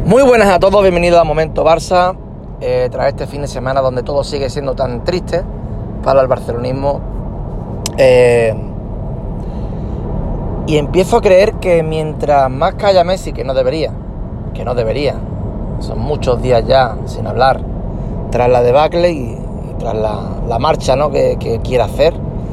Muy buenas a todos, bienvenidos a Momento Barça, tras este fin de semana donde todo sigue siendo tan triste para el barcelonismo, y empiezo a creer que mientras más calla Messi, que no debería, son muchos días ya sin hablar, tras la debacle y tras la marcha, ¿no?, que quiere hacer,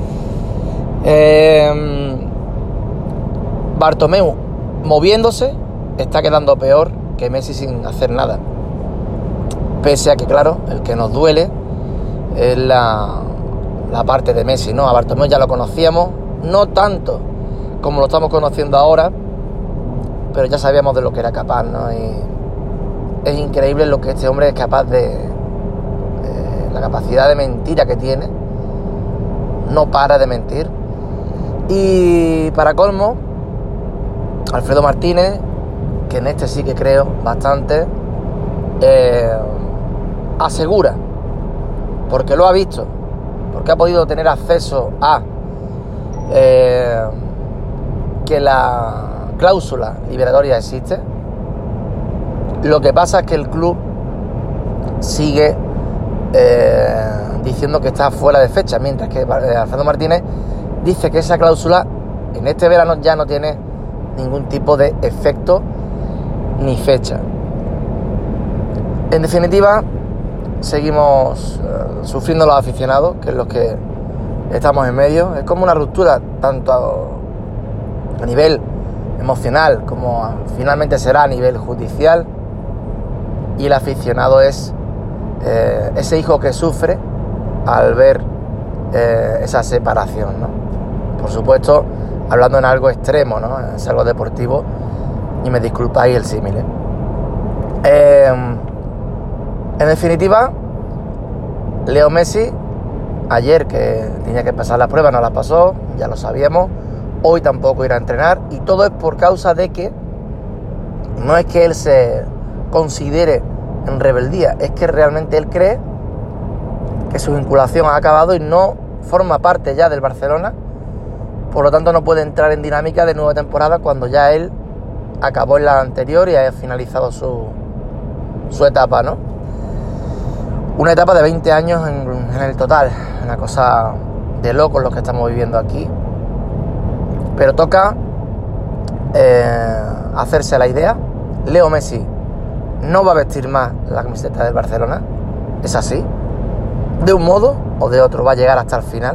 Bartomeu moviéndose está quedando peor que Messi sin hacer nada. Pese a que, claro, el que nos duele es la parte de Messi, ¿no? A Bartomeu ya lo conocíamos, no tanto como lo estamos conociendo ahora, pero ya sabíamos de lo que era capaz, ¿no? Y es increíble lo que este hombre es capaz de la capacidad de mentira que tiene. No para de mentir. Y para colmo, Alfredo Martínez, que en este sí que creo bastante, asegura, porque lo ha visto, porque ha podido tener acceso a que la cláusula liberatoria existe. Lo que pasa es que el club sigue diciendo que está fuera de fecha, mientras que Alfredo Martínez dice que esa cláusula en este verano ya no tiene ningún tipo de efecto ni fecha. En definitiva, seguimos sufriendo los aficionados, que es los que estamos en medio. Es como una ruptura, tanto a nivel emocional como finalmente será a nivel judicial, y el aficionado es ese hijo que sufre al ver esa separación, ¿no? Por supuesto, hablando en algo extremo, ¿no? Es algo deportivo, y me disculpáis el símil, En definitiva, Leo Messi, ayer que tenía que pasar la prueba, no la pasó, ya lo sabíamos. Hoy tampoco irá a entrenar, y todo es por causa de que no es que él se considere en rebeldía, es que realmente él cree que su vinculación ha acabado y no forma parte ya del Barcelona. Por lo tanto, no puede entrar en dinámica de nueva temporada cuando ya él acabó en la anterior y ha finalizado su etapa, ¿no? Una etapa de 20 años en el total. Una cosa de locos lo que estamos viviendo aquí. Pero toca hacerse la idea. Leo Messi no va a vestir más la camiseta del Barcelona. Es así. De un modo o de otro va a llegar hasta el final.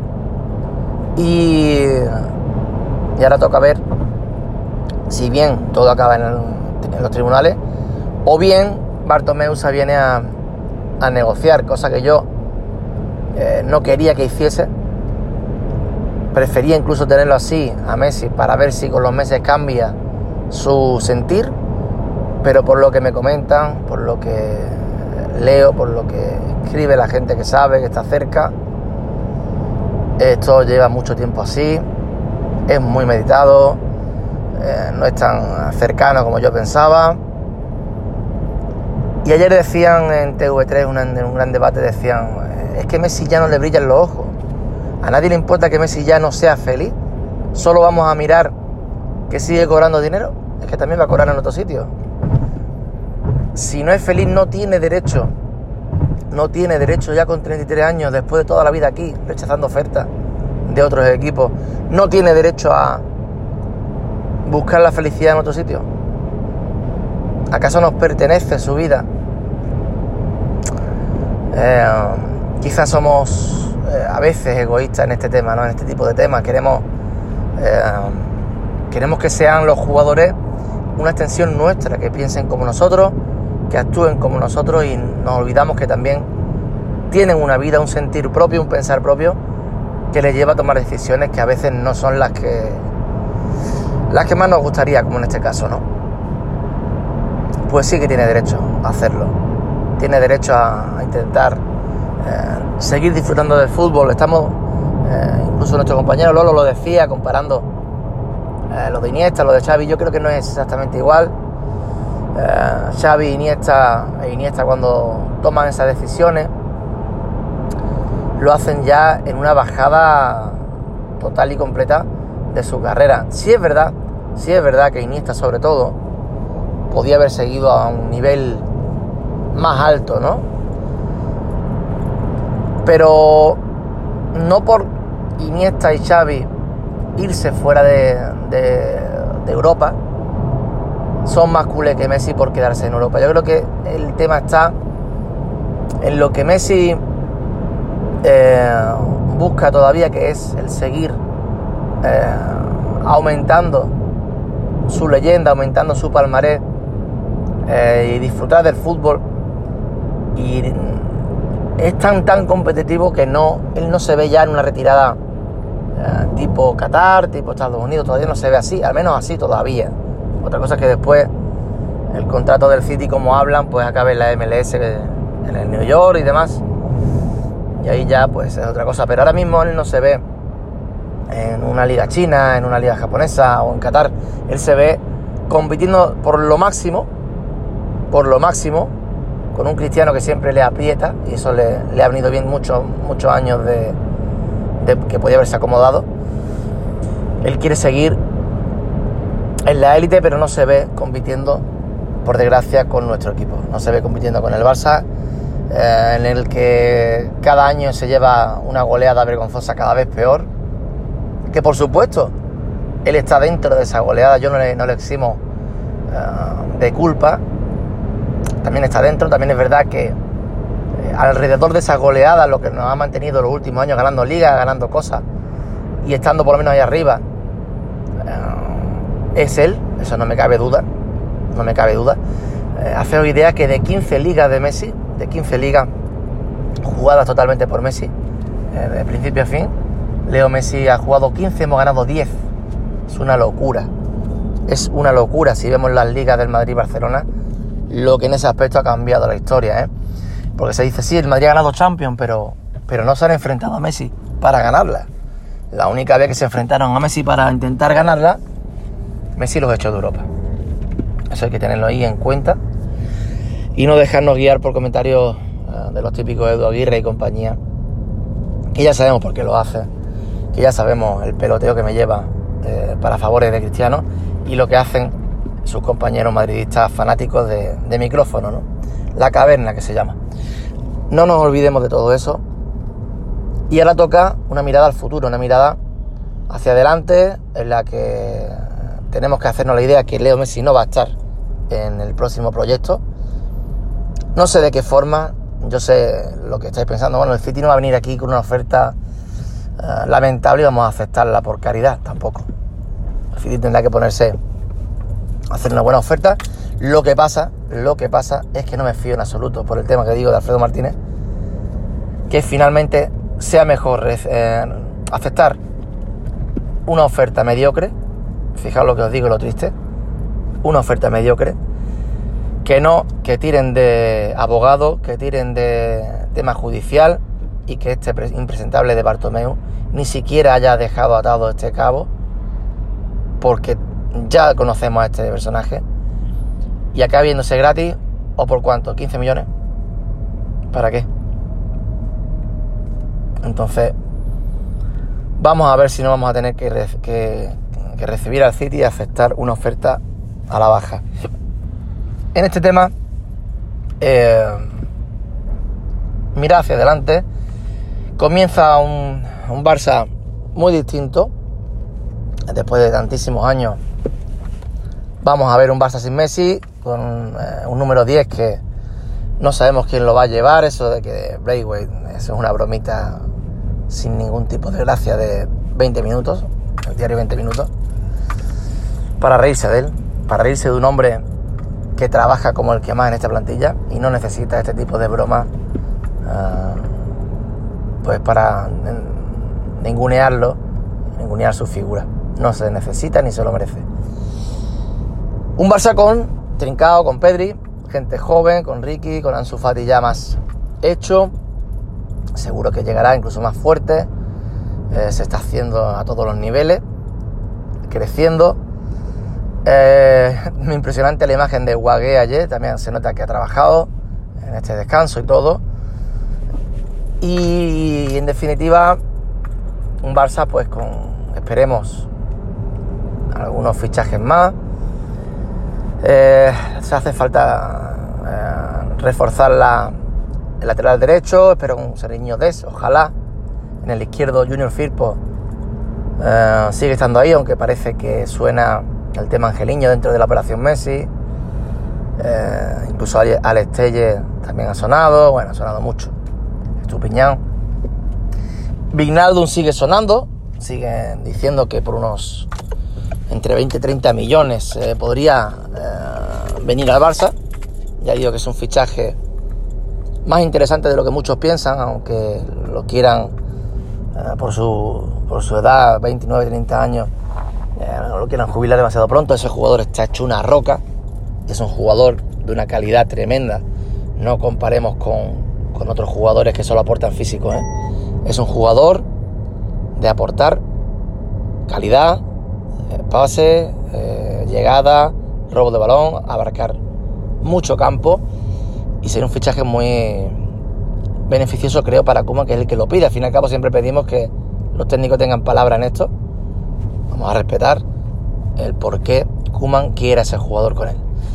Y ahora toca ver si bien todo acaba en los tribunales, o bien Bartomeu se viene a negociar, cosa que yo no quería que hiciese. Prefería incluso tenerlo así a Messi para ver si con los meses cambia su sentir, pero por lo que me comentan, por lo que leo, por lo que escribe la gente que sabe, que está cerca, esto lleva mucho tiempo así, es muy meditado, no es tan cercano como yo pensaba. Y ayer decían en TV3, en un gran debate, decían, es que Messi ya no le brillan los ojos, a nadie le importa que Messi ya no sea feliz, solo vamos a mirar que sigue cobrando dinero. Es que también va a cobrar en otro sitio. Si no es feliz, no tiene derecho ya con 33 años, después de toda la vida aquí, rechazando ofertas de otros equipos, no tiene derecho a buscar la felicidad en otro sitio. ¿Acaso nos pertenece su vida? Quizás somos a veces egoístas en este tema, ¿no? En este tipo de temas queremos que sean los jugadores una extensión nuestra, que piensen como nosotros, que actúen como nosotros, y nos olvidamos que también tienen una vida, un sentir propio, un pensar propio, que les lleva a tomar decisiones que a veces no son las que más nos gustaría, como en este caso, ¿no? Pues sí que tiene derecho a hacerlo, tiene derecho a intentar seguir disfrutando del fútbol. Estamos, incluso nuestro compañero Lolo lo decía, comparando lo de Iniesta, lo de Xavi. Yo creo que no es exactamente igual. Xavi e Iniesta, cuando toman esas decisiones, lo hacen ya en una bajada total y completa de su carrera. Sí es verdad que Iniesta, sobre todo, podía haber seguido a un nivel más alto, ¿no? Pero no por Iniesta y Xavi irse fuera de Europa son más culés que Messi por quedarse en Europa. Yo creo que el tema está en lo que Messi busca todavía, que es el seguir aumentando su leyenda, aumentando su palmarés y disfrutar del fútbol. Y es tan competitivo que él no se ve ya en una retirada tipo Qatar, tipo Estados Unidos. Todavía no se ve así, al menos así todavía. Otra cosa es que después el contrato del City, como hablan, pues acabe en la MLS, en el New York y demás, y ahí ya pues es otra cosa. Pero ahora mismo él no se ve en una liga china, en una liga japonesa o en Qatar. Él se ve compitiendo por lo máximo con un Cristiano que siempre le aprieta, y eso le ha venido bien muchos años de que podía haberse acomodado. Él quiere seguir en la élite, pero no se ve compitiendo, por desgracia, con nuestro equipo. No se ve compitiendo con el Barça, en el que cada año se lleva una goleada vergonzosa cada vez peor. Que por supuesto, él está dentro de esa goleada, yo no le eximo de culpa. También está dentro. También es verdad que alrededor de esas goleadas, lo que nos ha mantenido los últimos años ganando ligas, ganando cosas y estando por lo menos ahí arriba, es él. Eso no me cabe duda. Haceos idea que de 15 ligas de Messi, de 15 ligas jugadas totalmente por Messi, de principio a fin, Leo Messi ha jugado 15, hemos ganado 10. Es una locura si vemos las ligas del Madrid y Barcelona, lo que en ese aspecto ha cambiado la historia, porque se dice, sí, el Madrid ha ganado Champions, pero no se han enfrentado a Messi para ganarla. La única vez que se enfrentaron a Messi para intentar ganarla, Messi los echó de Europa. Eso hay que tenerlo ahí en cuenta y no dejarnos guiar por comentarios de los típicos Edu Aguirre y compañía, que ya sabemos por qué lo hace, que ya sabemos el peloteo que me lleva para favores de Cristiano y lo que hacen sus compañeros madridistas fanáticos de micrófono, ¿no? La caverna, que se llama. No nos olvidemos de todo eso. Y ahora toca una mirada al futuro, una mirada hacia adelante, en la que tenemos que hacernos la idea que Leo Messi no va a estar en el próximo proyecto. No sé de qué forma. Yo sé lo que estáis pensando. Bueno, el City no va a venir aquí con una oferta lamentable y vamos a aceptarla por caridad. Tampoco. El City tendrá que ponerse a hacer una buena oferta. Lo que pasa es que no me fío en absoluto, por el tema que digo de Alfredo Martínez, que finalmente sea mejor aceptar una oferta mediocre. Fijaos lo que os digo, lo triste. Una oferta mediocre, que tiren de abogado, que tiren de tema judicial, y que este impresentable de Bartomeu ni siquiera haya dejado atado este cabo, porque ya conocemos a este personaje, y acá viéndose gratis. ¿O por cuánto? ¿15 millones? ¿Para qué? Entonces vamos a ver si no vamos a tener que recibir al City y aceptar una oferta a la baja. En este tema, mira hacia adelante. Comienza un Barça muy distinto. Después de tantísimos años vamos a ver un Barça sin Messi, con un número 10 que no sabemos quién lo va a llevar. Eso de que Braithwaite, eso es una bromita sin ningún tipo de gracia, de 20 minutos, el diario 20 minutos, para reírse de él, para reírse de un hombre que trabaja como el que más en esta plantilla y no necesita este tipo de bromas pues para ningunear su figura. No se necesita ni se lo merece. Un Barça con Trincao, con Pedri, gente joven, con Ricky, con Ansu Fati ya más hecho. Seguro que llegará incluso más fuerte. Se está haciendo a todos los niveles, creciendo. Impresionante la imagen de Wagué ayer. También se nota que ha trabajado en este descanso y todo. Y en definitiva, un Barça pues con, esperemos, algunos fichajes más. Se hace falta reforzar el lateral derecho. Espero un Seriño Dest, ojalá. En el izquierdo Junior Firpo sigue estando ahí, aunque parece que suena el tema Angeliño dentro de la operación Messi. Incluso Alex Telles también ha sonado. Bueno, ha sonado mucho. Estupiñán. Wijnaldum sigue sonando. Siguen diciendo que por unos entre 20 y 30 millones podría venir al Barça. Ya digo que es un fichaje más interesante de lo que muchos piensan, aunque lo quieran por su edad, 29, 30 años, no lo quieran jubilar demasiado pronto. Ese jugador está hecho una roca, es un jugador de una calidad tremenda. No comparemos con otros jugadores que solo aportan físico, Es un jugador de aportar calidad, pase, llegada, robo de balón, abarcar mucho campo, y sería un fichaje muy beneficioso, creo, para Koeman, que es el que lo pide. Al fin y al cabo siempre pedimos que los técnicos tengan palabra en esto. Vamos a respetar el por qué Koeman quiere a ese jugador con él.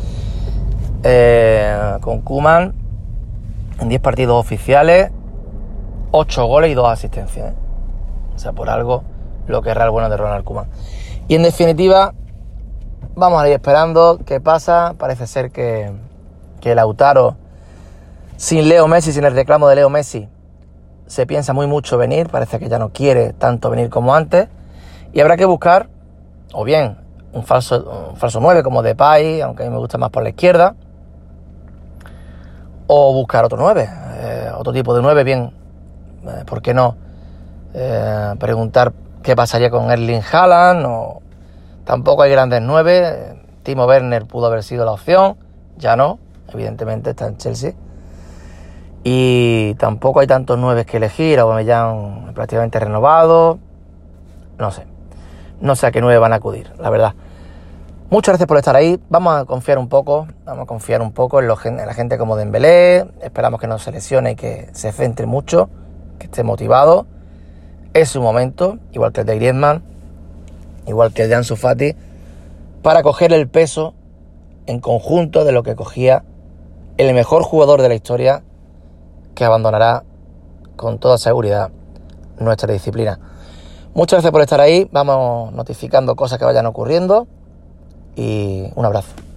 Con Koeman, en 10 partidos oficiales, 8 goles y 2 asistencias, O sea, por algo lo que es real bueno de Ronald Koeman. Y en definitiva, vamos a ir esperando qué pasa. Parece ser que Lautaro, sin Leo Messi, sin el reclamo de Leo Messi, se piensa muy mucho venir. Parece que ya no quiere tanto venir como antes. Y habrá que buscar, o bien, un falso 9 como Depay, aunque a mí me gusta más por la izquierda, o buscar otro 9, otro tipo de 9, bien, ¿por qué no? Preguntar qué pasaría con Erling Haaland. O tampoco hay grandes 9. Timo Werner pudo haber sido la opción, ya no, evidentemente está en Chelsea. Y tampoco hay tantos 9 que elegir. Aubameyang prácticamente renovado. No sé a qué 9 van a acudir, la verdad. Muchas gracias por estar ahí. Vamos a confiar un poco en la gente como Dembélé. Esperamos que no se lesione y que se centre mucho, que esté motivado. Es su momento, igual que el de Griezmann, igual que el de Ansu Fati, para coger el peso en conjunto de lo que cogía el mejor jugador de la historia, que abandonará con toda seguridad nuestra disciplina. Muchas gracias por estar ahí. Vamos notificando cosas que vayan ocurriendo, y un abrazo.